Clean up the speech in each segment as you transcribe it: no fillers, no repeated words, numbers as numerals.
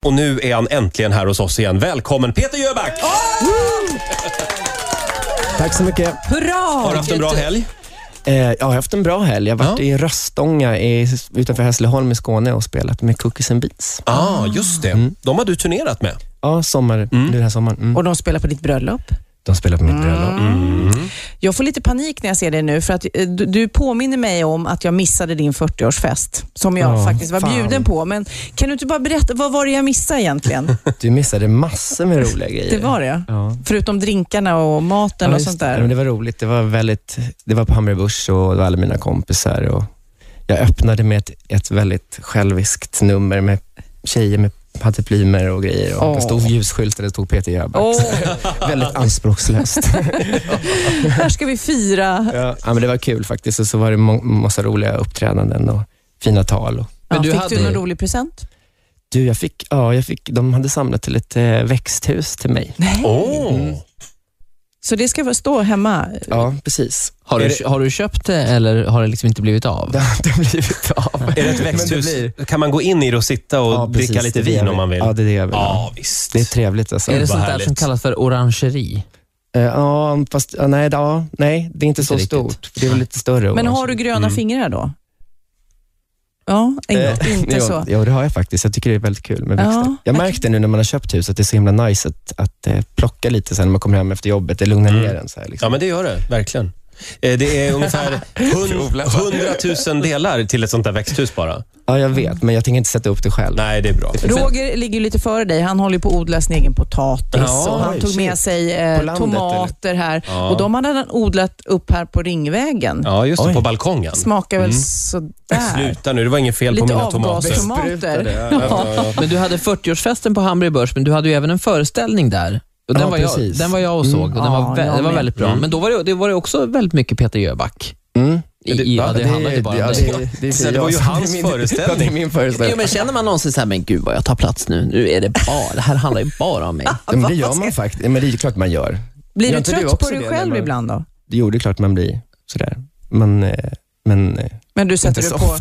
Och nu är han äntligen här hos oss igen. Välkommen Peter Jöback! Tack så mycket. Hurra! Har du haft en bra helg? Jag har haft en bra helg. Jag har varit i Röstånga utanför Hässleholm i Skåne och spelat med Cookies and Beats. Just det. De har du turnerat med. Ja, den här sommaren. Och de spelar på ditt bröllop? De spelar på mitt bröllop. Jag får lite panik när jag ser det nu för att du påminner mig om att jag missade din 40-årsfest som jag faktiskt var bjuden på. Men kan du inte bara berätta, vad var det jag missade egentligen? Du missade massor med roliga grejer. Det var det? Ja. Förutom drinkarna och maten och sånt där. Ja, men det var roligt. Det var på Hammarby Börs och det var alla mina kompisar. Och jag öppnade med ett väldigt själviskt nummer med tjejer med pateplymer och grejer. Och det stod ljusskylt där det stod Peter Jöback. Väldigt anspråkslöst. Här ska vi fira. Ja, men det var kul faktiskt. Och så var det massa roliga uppträdanden och fina tal. Men fick du någon rolig present? Du, jag fick, de hade samlat till ett växthus till mig. Nej. Så det ska stå hemma? Ja, precis. Har du köpt det eller har det liksom inte blivit av? Det har inte blivit av. Är det ett växthus? Kan man gå in i det och sitta och dricka lite vin om man vill? Ja, det är det jag vill. Ja, visst. Det är trevligt alltså. Är det sånt där som kallas för orangeri? Ja, fast nej, det är inte så riktigt stort. Det är väl lite större. Men har du gröna fingrar då? Ja, inte så. Ja, det har jag faktiskt. Jag tycker det är väldigt kul med växter. Jag märkte nu när man har köpt hus att det är så himla nice att plocka lite sen när man kommer hem efter jobbet. Det lugnar ner en så här, liksom. Ja, men det gör det, verkligen. Det är ungefär 100 000 delar till ett sånt där växthus bara. Ja, jag vet, men jag tänker inte sätta upp det själv. Nej, det är bra. Roger ligger ju lite före dig. Han håller på att odla sin egen potatis och han tog med sig tomater här. Ja. Och de hade han odlat upp här på Ringvägen. Ja, just det, på balkongen. Smakar väl sådär. Sluta nu, det var inget fel lite på mina tomater. Men du hade 40-årsfesten på Hammarby Börs, men du hade ju även en föreställning där. Och den var jag och såg och den var väldigt bra. Men då var det också väldigt mycket Peter Jöback. Det handlar inte bara om det var ju hans föreställning. Det är min föreställning. Jo, men känner man någonsin så här, men gud vad jag tar plats nu. Nu är det här handlar ju bara om mig. Men det gör man faktiskt. Men det är klart man gör. Blir du trött på dig själv ibland då? Det gjorde klart man blir sådär. Men du sätter du på.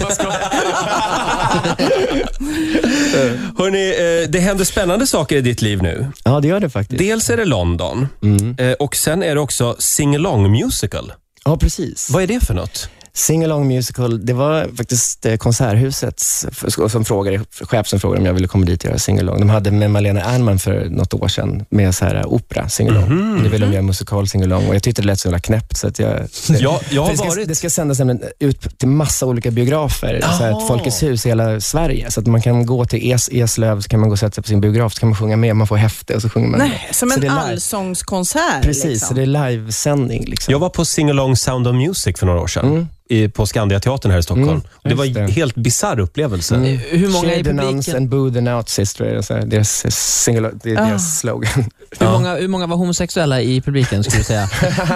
Hörrni, det händer spännande saker i ditt liv nu. Ja, det gör det faktiskt. Dels är det London och sen är det också Sing-along musical. Ja, precis. Vad är det för något? Sing-along musical, det var faktiskt Konserthusets chef som frågade om jag ville komma dit och göra sing-along. De hade med Malena Ernman för något år sedan med så här opera sing-along. Det ville de göra musikal sing-along och jag tyckte det lät så jävla knäppt så att det ska sändas ut till massa olika biografer, så här ett Folkets hus i hela Sverige, så att man kan gå till Eslöv, så kan man gå och sätta sig på sin biograf, så kan man sjunga med, man får häfte och så sjunger man. Nej, som en allsångskonsert. Precis, liksom. Så det är livesändning liksom. Jag var på Sing-along Sound of Music för några år sedan. På Skandiateatern här i Stockholm. Det var en helt bizarr upplevelse. Hur många i publiken? And boo the out sister, det är deras slogan. Hur många var homosexuella i publiken skulle du säga?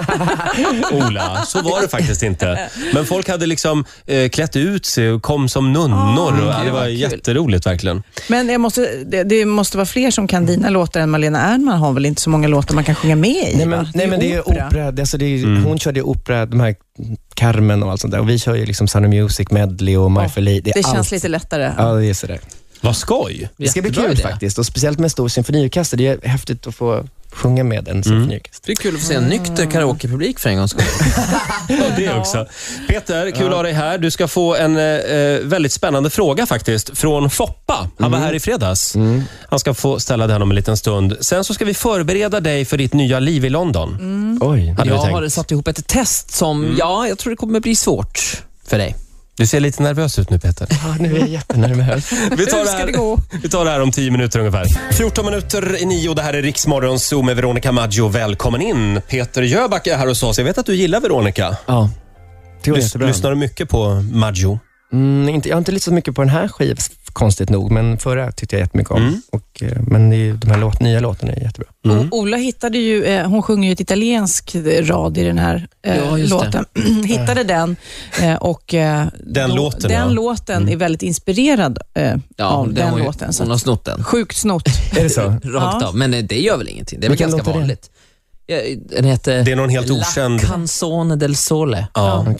Ola, så var det faktiskt inte. Men folk hade liksom klätt ut sig och kom som nunnor. Och det var jätteroligt verkligen. Men det måste vara fler som kan dina låtar än Malena Ernman har väl inte så många låtar man kan sjunga med i. Nej, men det är opera. Hon körde opera, de här Carmen och allt sånt där. Och vi kör ju liksom Sound of Music, Medley och My Fair Lady. Det känns lite lättare. Ja, det är sådär. Vad skoj! Det ska bli kul faktiskt. Och speciellt med stor symfoniorkester. Det är häftigt att få sjunga med en symfoniorkester. Det är kul att få se en nykter karaokepublik för en gångs skull. Det också. Peter, kul att ha dig här. Du ska få en väldigt spännande fråga faktiskt från Foppa. Han var här i fredags. Han ska få ställa den om en liten stund. Sen så ska vi förbereda dig för ditt nya liv i London. Oj. Jag har satt ihop ett test som, jag tror det kommer bli svårt för dig. Du ser lite nervös ut nu, Peter. Ja, nu är jag jättenervös. Vi tar det här om 10 minuter ungefär. 14 minuter i 9, det här är Riksmorgon Zoo med Veronica Maggio. Välkommen in. Peter Jöback är här hos oss. Jag vet att du gillar Veronica. Ja, det var jättebra. Lyssnar du mycket på Maggio? Jag har inte lyssnat så mycket på den här skivan, konstigt nog, men förra tyckte jag jättemycket om. Men de här nya låtarna är jättebra. Ola hittade ju, hon sjunger ju ett italiensk rad i den här låten. Hittade den och den låten är väldigt inspirerad av den låten. Hon har snott den. Sjukt snott. Är det så? Rakt av. Men det gör väl ingenting. Det är väl ganska vanligt. Den heter det är någon helt okänd La Canzone del Sole. Ja. Okay.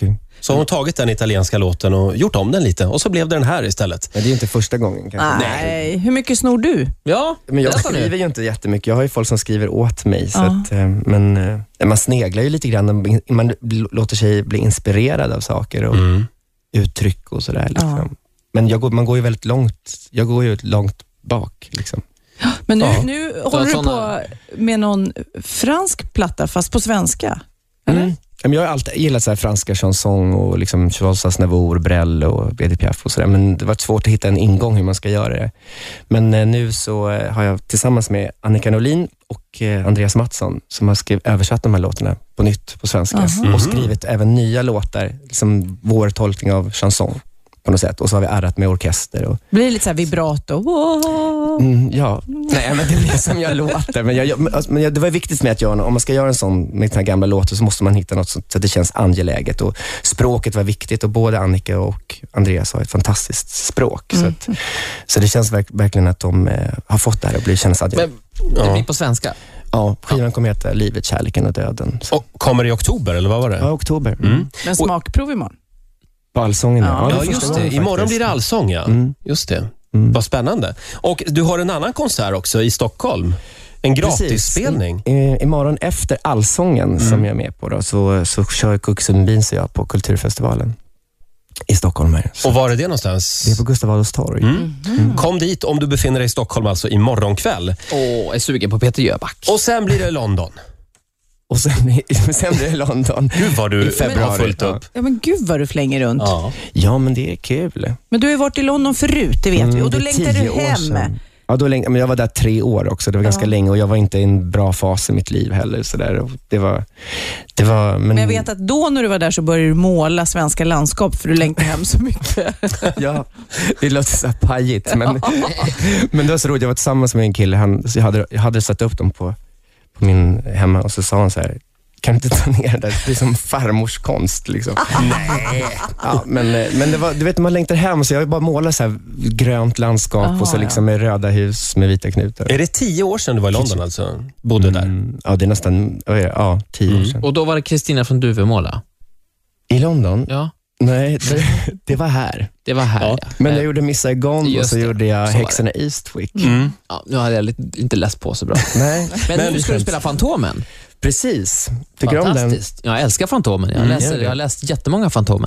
Så har hon tagit den italienska låten och gjort om den lite. Och så blev det den här istället. Men det är ju inte första gången kanske. Nej. Hur mycket snor du? Ja, men jag skriver ju inte jättemycket. Jag har ju folk som skriver åt mig. Så att, men man sneglar ju lite grann. Man låter sig bli inspirerad av saker och uttryck och sådär. Liksom. Men man går ju väldigt långt. Jag går ju långt bak. Liksom. Men nu håller du på med någon fransk platta fast på svenska, eller? Jag har alltid gillat så här franska chanson och liksom Charles Aznavour, Brel och Edith Piaf och sådär. Men det var svårt att hitta en ingång hur man ska göra det. Men nu så har jag tillsammans med Annika Norlin och Andreas Mattsson som har översatt de här låtarna på nytt på svenska. Och skrivit även nya låtar, liksom vår tolkning av chanson på något sätt. Och så har vi ärrat med orkester. Och blir det lite så här vibrato? Ja, nej men det blir som jag låter. Men det var viktigt med att göra, om man ska göra en sån med den här gamla låten så måste man hitta något så att det känns angeläget. Och språket var viktigt och både Annika och Andreas har ett fantastiskt språk. Så det känns verkligen att de har fått det här och känns angeläget. Men det blir på svenska? Ja, skivan kommer heta Livet, kärleken och döden. Så. Och kommer i oktober, eller vad var det? Ja, oktober. Men smakprov imorgon? På Allsången, ja just det. Imorgon blir det Allsång, ja. Just det. Vad spännande. Och du har en annan konsert också i Stockholm. En gratisspelning. Imorgon efter Allsången som jag är med på då, så kör Cookies and Beans och jag på Kulturfestivalen i Stockholm här. Och var är det någonstans? Det är på Gustav Adolfs torg. Kom dit om du befinner dig i Stockholm alltså imorgon kväll. Och är sugen på Peter Jöback. Och sen blir det London. Och sen blir det London. Gud vad du i februari har fullt upp. Ja men gud vad du flänger runt. Ja men det är kul. Men du har ju varit i London förut, det vet vi. Och då längtar du hem. Ja, men jag var där 3 år också. Det var ganska länge och jag var inte i en bra fas i mitt liv heller. Så där. Men jag vet att då när du var där så började du måla svenska landskap för du längtade hem så mycket. Ja, det låter så här pajigt. Men det var så roligt. Jag var tillsammans med en kille. Jag hade satt upp dem på min hemma och så sa han så här: kan du inte ta ner det? Det är som farmors konst liksom. Nej. Ja, men det var, du vet, man längtar hem så jag bara målar så här grönt landskap och så liksom med röda hus med vita knutar. Är det 10 år sedan du var i London alltså? Bodde där? Ja, det är nästan 10 år sedan. Och då var det Kristina från Duvemåla? I London? Ja. Nej, det var här. Det var här, ja. Men jag gjorde Miss Saigon och så gjorde jag Häxorna Eastwick. Ja, nu hade jag inte läst på så bra. Nej. Men nu ska du spela Fantomen. Precis. Tycker du om den? Jag älskar Fantomen. Jag har läst jättemånga Fantomen.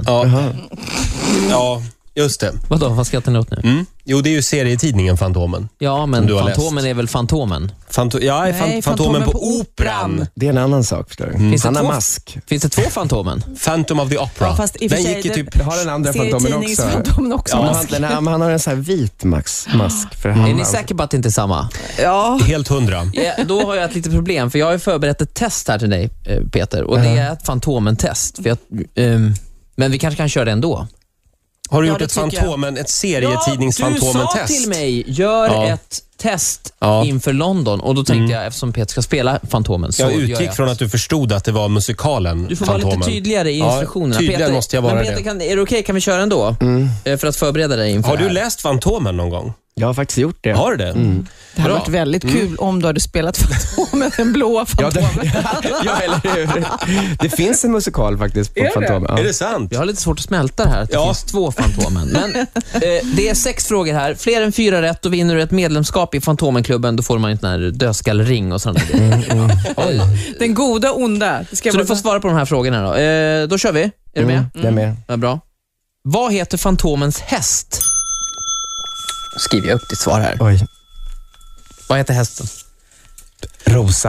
Ja, just det. Vadå, vad skrattar ni åt nu? Jo, det är ju serietidningen Fantomen. Ja, men Fantomen är väl Fantomen? Fantomen på Operan. Det är en annan sak, förstår du. Han har mask. Finns det 2 Fantomen? Phantom of the Opera. Ja, fast i den gick ju typ... Jag har den andra Fantomen också. Ja, han har en så här vit mask. Är ni säkra på att det inte är samma? Ja. Helt 100. Ja, då har jag ett litet problem, för jag har ju förberett ett test här till dig, Peter. Och det är ett Fantomen-test. Men vi kanske kan köra det ändå. Har du gjort ett serietidnings-Fantomen-test? Du sa till mig, gör ett test inför London. Och då tänkte jag, eftersom Peter ska spela Fantomen, så jag utgick från att du förstod att det var musikalen Du får Fantomen. vara lite tydligare i instruktionerna. Tydligare Peter, måste jag vara Peter, är det okej? Kan vi köra ändå? För att förbereda dig inför Har du läst Fantomen någon gång? Jag har faktiskt gjort det. Har du det? Det hade varit väldigt kul om du hade spelat Fantomen, den blåa Fantomen. Ja, eller hur? Det finns en musikal faktiskt på Fantomen. Ja. Är det sant? Jag har lite svårt att smälta det här att det finns 2 Fantomen. Men det är 6 frågor här. Fler än 4 rätt och vinner du ett medlemskap i Fantomenklubben, då får man en sån här dödskallring och sådana grejer. Den goda onda. Så du får svara på de här frågorna då. Då kör vi. Är du med? Jag är med. Ja, bra. Vad heter Fantomens häst? Skriver jag upp ditt svar här. Oj. Vad heter hästen? Rosa.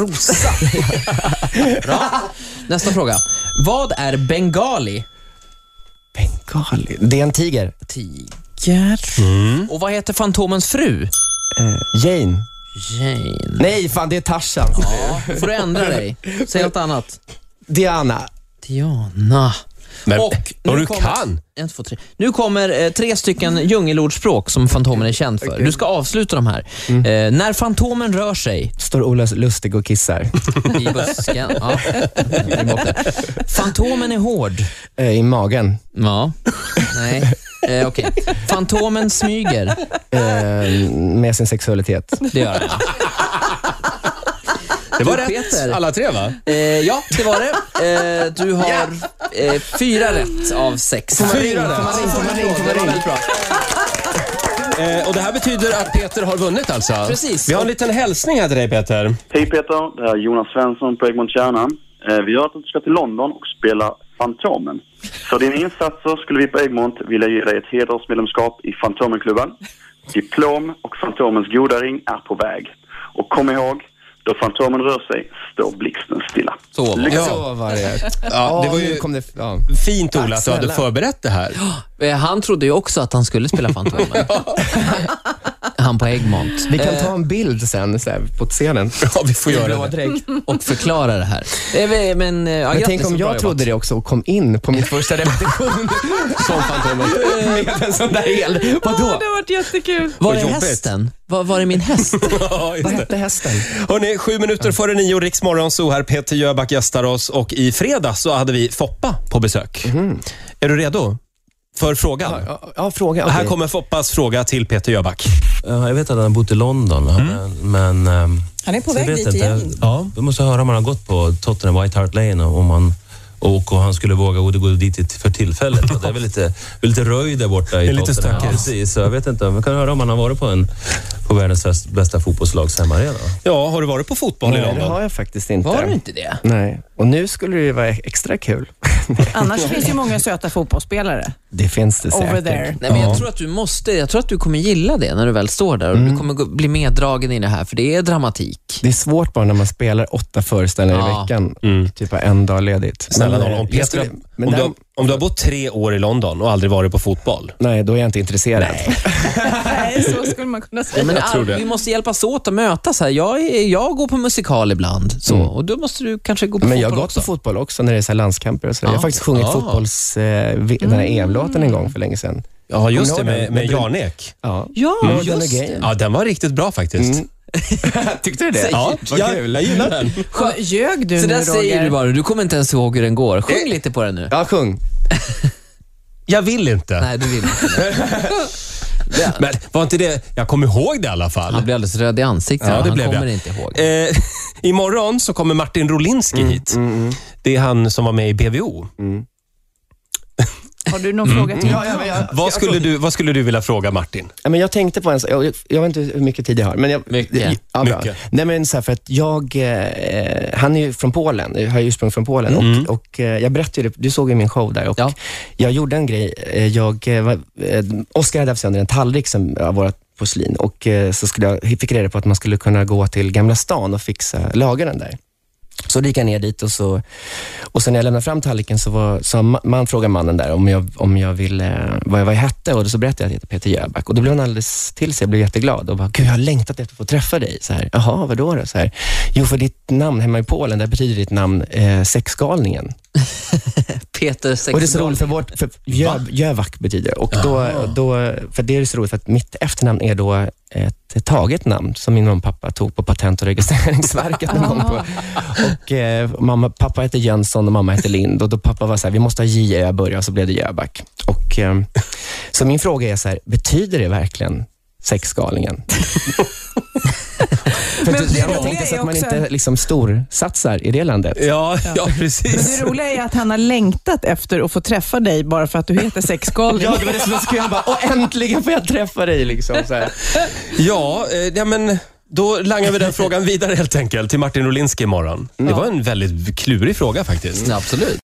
Bra. Nästa fråga. Vad är bengali? Bengali? Det är en tiger. Och vad heter Fantomens fru? Jane. Nej, fan det är Tarzan. Ja, får du ändra dig. Säg något annat. Diana. Men, och nu kan. 1, 2, 3. Nu kommer 3 stycken djungelordspråk som Fantomen är känd för. Du ska avsluta de här. När Fantomen rör sig. Står Ola Lustig och kissar. I busken. Ja. Fantomen är hård. I magen. Ja. Nej. Okej. Fantomen smyger. Med sin sexualitet. Det gör det. Det var rätt, alla 3 va? Ja, det var det. Du har 4 rätt av 6. 4 rätt. Det var väldigt bra. Och det här betyder att Peter har vunnit alltså. Precis. Vi har en liten hälsning här till dig, Peter. Hej Peter, det här är Jonas Svensson på Egmont Kärnan. Vi har att du ska till London och spela Fantomen. För dina insatser skulle vi på Egmont vilja ge dig ett hedersmedlemskap i Fantomenklubben. Diplom och Fantomens goda ring är på väg. Och kom ihåg, då Fantomen rör sig står blixten stilla. Så var det. Så var det. Ja, det var ju fint, Ola, att du hade förberett det här. Han trodde ju också att han skulle spela Fantomen. Han på Egmont. Vi kan ta en bild sen så här, på scenen. Ja, vi får göra det. Och förklara det här. Men tänk om jag trodde det också och kom in på min första repetition som Fantomen. Med en sån där el. Vadå? Det har varit jättekul. Var är hästen? Var är min häst? Vad hette hästen? Hörrni, 7:07 Riks Morgonzoo här. Peter Jöback gästar oss och i fredags så hade vi Foppa på besök. Är du redo för frågan? Ja, fråga. Okay. Här kommer Foppas fråga till Peter Jöback. Jag vet att han har bott i London, men han är på väg dit igen. Ja. Vi måste höra om han har gått på Tottenham White Hart Lane och han skulle våga gå dit för tillfället. Och det är väl lite röj där borta i Tottenham. Lite stökigt. Precis, så jag vet inte. Vi kan höra om han har varit på världens bästa fotbollslags hemmaarena. Ja, har du varit på fotboll i London? Nej, det har jag faktiskt inte. Var det inte det? Nej, och nu skulle det ju vara extra kul. Annars finns ju många söta fotbollsspelare. Det finns det säkert. Over there. Nej, men jag tror att du kommer gilla det när du väl står där och du kommer bli meddragen i det här, för det är dramatik. Det är svårt bara när man spelar 8 föreställningar i veckan. Typ en dag ledigt. Snälla någon, Peter, om du har bott 3 år i London och aldrig varit på fotboll. Nej, då är jag inte intresserad. Nej, så skulle man kunna säga. Men vi måste hjälpas åt att mötas här. Jag går på musikal ibland och då måste du kanske gå på fotboll också. Men jag går på fotboll också när det är så här landskamper och så. Jag har faktiskt sjungit den här EM-låten en gång för länge sedan. Ja, just det, med Jarnek. Ja, just det. Ja, den var riktigt bra faktiskt. Tyckte du det? Ja, kul. Jag gillar den. Ljög du så nu, där Roger? säger du bara. Du kommer inte ens ihåg hur den går. Sjung lite på den nu. Ja, sjung. Jag vill inte. Nej, du vill inte. Men var inte det... Jag kommer ihåg det i alla fall. Han blev alldeles röd i ansiktet. Ja, det han blev kommer jag. inte ihåg. Imorgon så kommer Martin Rolinski hit. Det är han som var med i BVO. Har du någon fråga till? Vad skulle du vilja fråga Martin? Ja, men jag tänkte på en sak. Jag vet inte hur mycket tid jag har. Men Mycket. Nej, men så här, för att han är ju från Polen. Jag har ju ursprung från Polen. Och jag berättade ju det. Du såg ju min show där. Och jag gjorde en grej. Oskar hade haft sönder en tallrik som vårat porslin. Och så fick jag reda på att man skulle kunna gå till Gamla stan och laga den där. Så gick jag ner dit och sen när jag lämnade fram tallriken så frågade mannen där om jag ville vad jag hette, och så berättade jag att jag heter Peter Jöback, och då blev han alldeles till sig. Jag blev jätteglad och bara, gud, jag har längtat efter att få träffa dig. Så här, jaha, vadå då? Så här, jo, för ditt namn hemma i Polen, där betyder ditt namn sexgalningen. Peter Sexgalning. Och det är så roligt för Jöback betyder. Och då, för det är så roligt för att mitt efternamn är då ett taget namn som min mamma och pappa tog på Patent- och registreringsverket en gång på. Och pappa heter Jönsson och mamma heter Lind, och då pappa var så här, vi måste ha J-Ö börja, och så blev det Jöback. Och så min fråga är så här, betyder det verkligen sexgalningen? Men jag tänkte så att man inte liksom storsatsar i det landet. Ja, precis. Men det roliga är att han har längtat efter att få träffa dig bara för att du heter sexgalning. Ja, det var det som jag skulle bara, och äntligen får jag träffa dig liksom så här. Ja, men då langar vi den frågan vidare helt enkelt till Martin Rolinski imorgon. Det var en väldigt klurig fråga faktiskt. Absolut.